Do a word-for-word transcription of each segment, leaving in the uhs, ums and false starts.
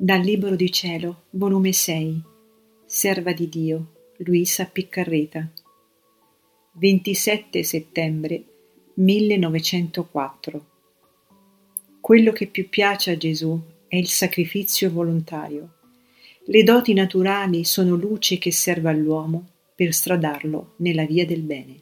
Dal Libro di Cielo, volume sei, Serva di Dio, Luisa Piccarreta, ventisette settembre millenovecentoquattro. Quello che più piace a Gesù è il sacrificio volontario. Le doti naturali sono luce che serve all'uomo per stradarlo nella via del bene.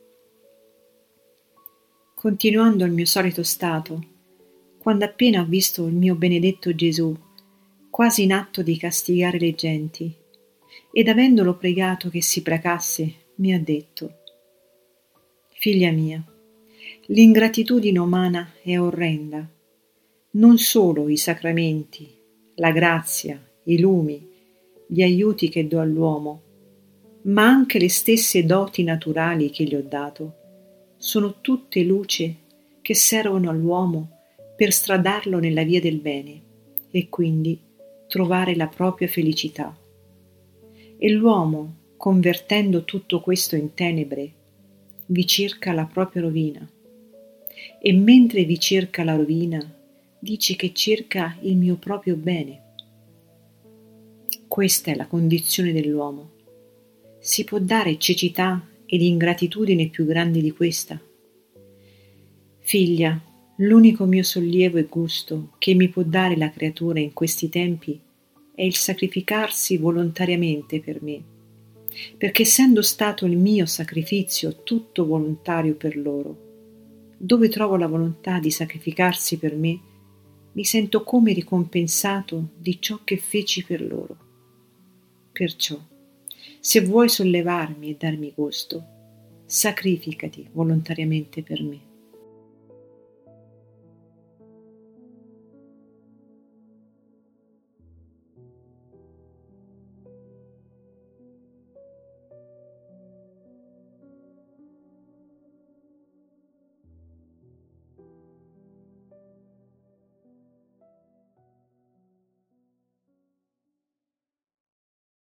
Continuando il mio solito stato, quando appena ho visto il mio benedetto Gesù, quasi in atto di castigare le genti, ed avendolo pregato che si placasse, mi ha detto: «Figlia mia, l'ingratitudine umana è orrenda. Non solo i sacramenti, la grazia, i lumi, gli aiuti che do all'uomo, ma anche le stesse doti naturali che gli ho dato, sono tutte luce che servono all'uomo per stradarlo nella via del bene e quindi trovare la propria felicità. E l'uomo, convertendo tutto questo in tenebre, vi cerca la propria rovina. E mentre vi cerca la rovina, dice che cerca il mio proprio bene. Questa è la condizione dell'uomo. Si può dare cecità ed ingratitudine più grandi di questa? Figlia, l'unico mio sollievo e gusto che mi può dare la creatura in questi tempi è il sacrificarsi volontariamente per me, perché essendo stato il mio sacrificio tutto volontario per loro, dove trovo la volontà di sacrificarsi per me, mi sento come ricompensato di ciò che feci per loro. Perciò, se vuoi sollevarmi e darmi gusto, sacrificati volontariamente per me.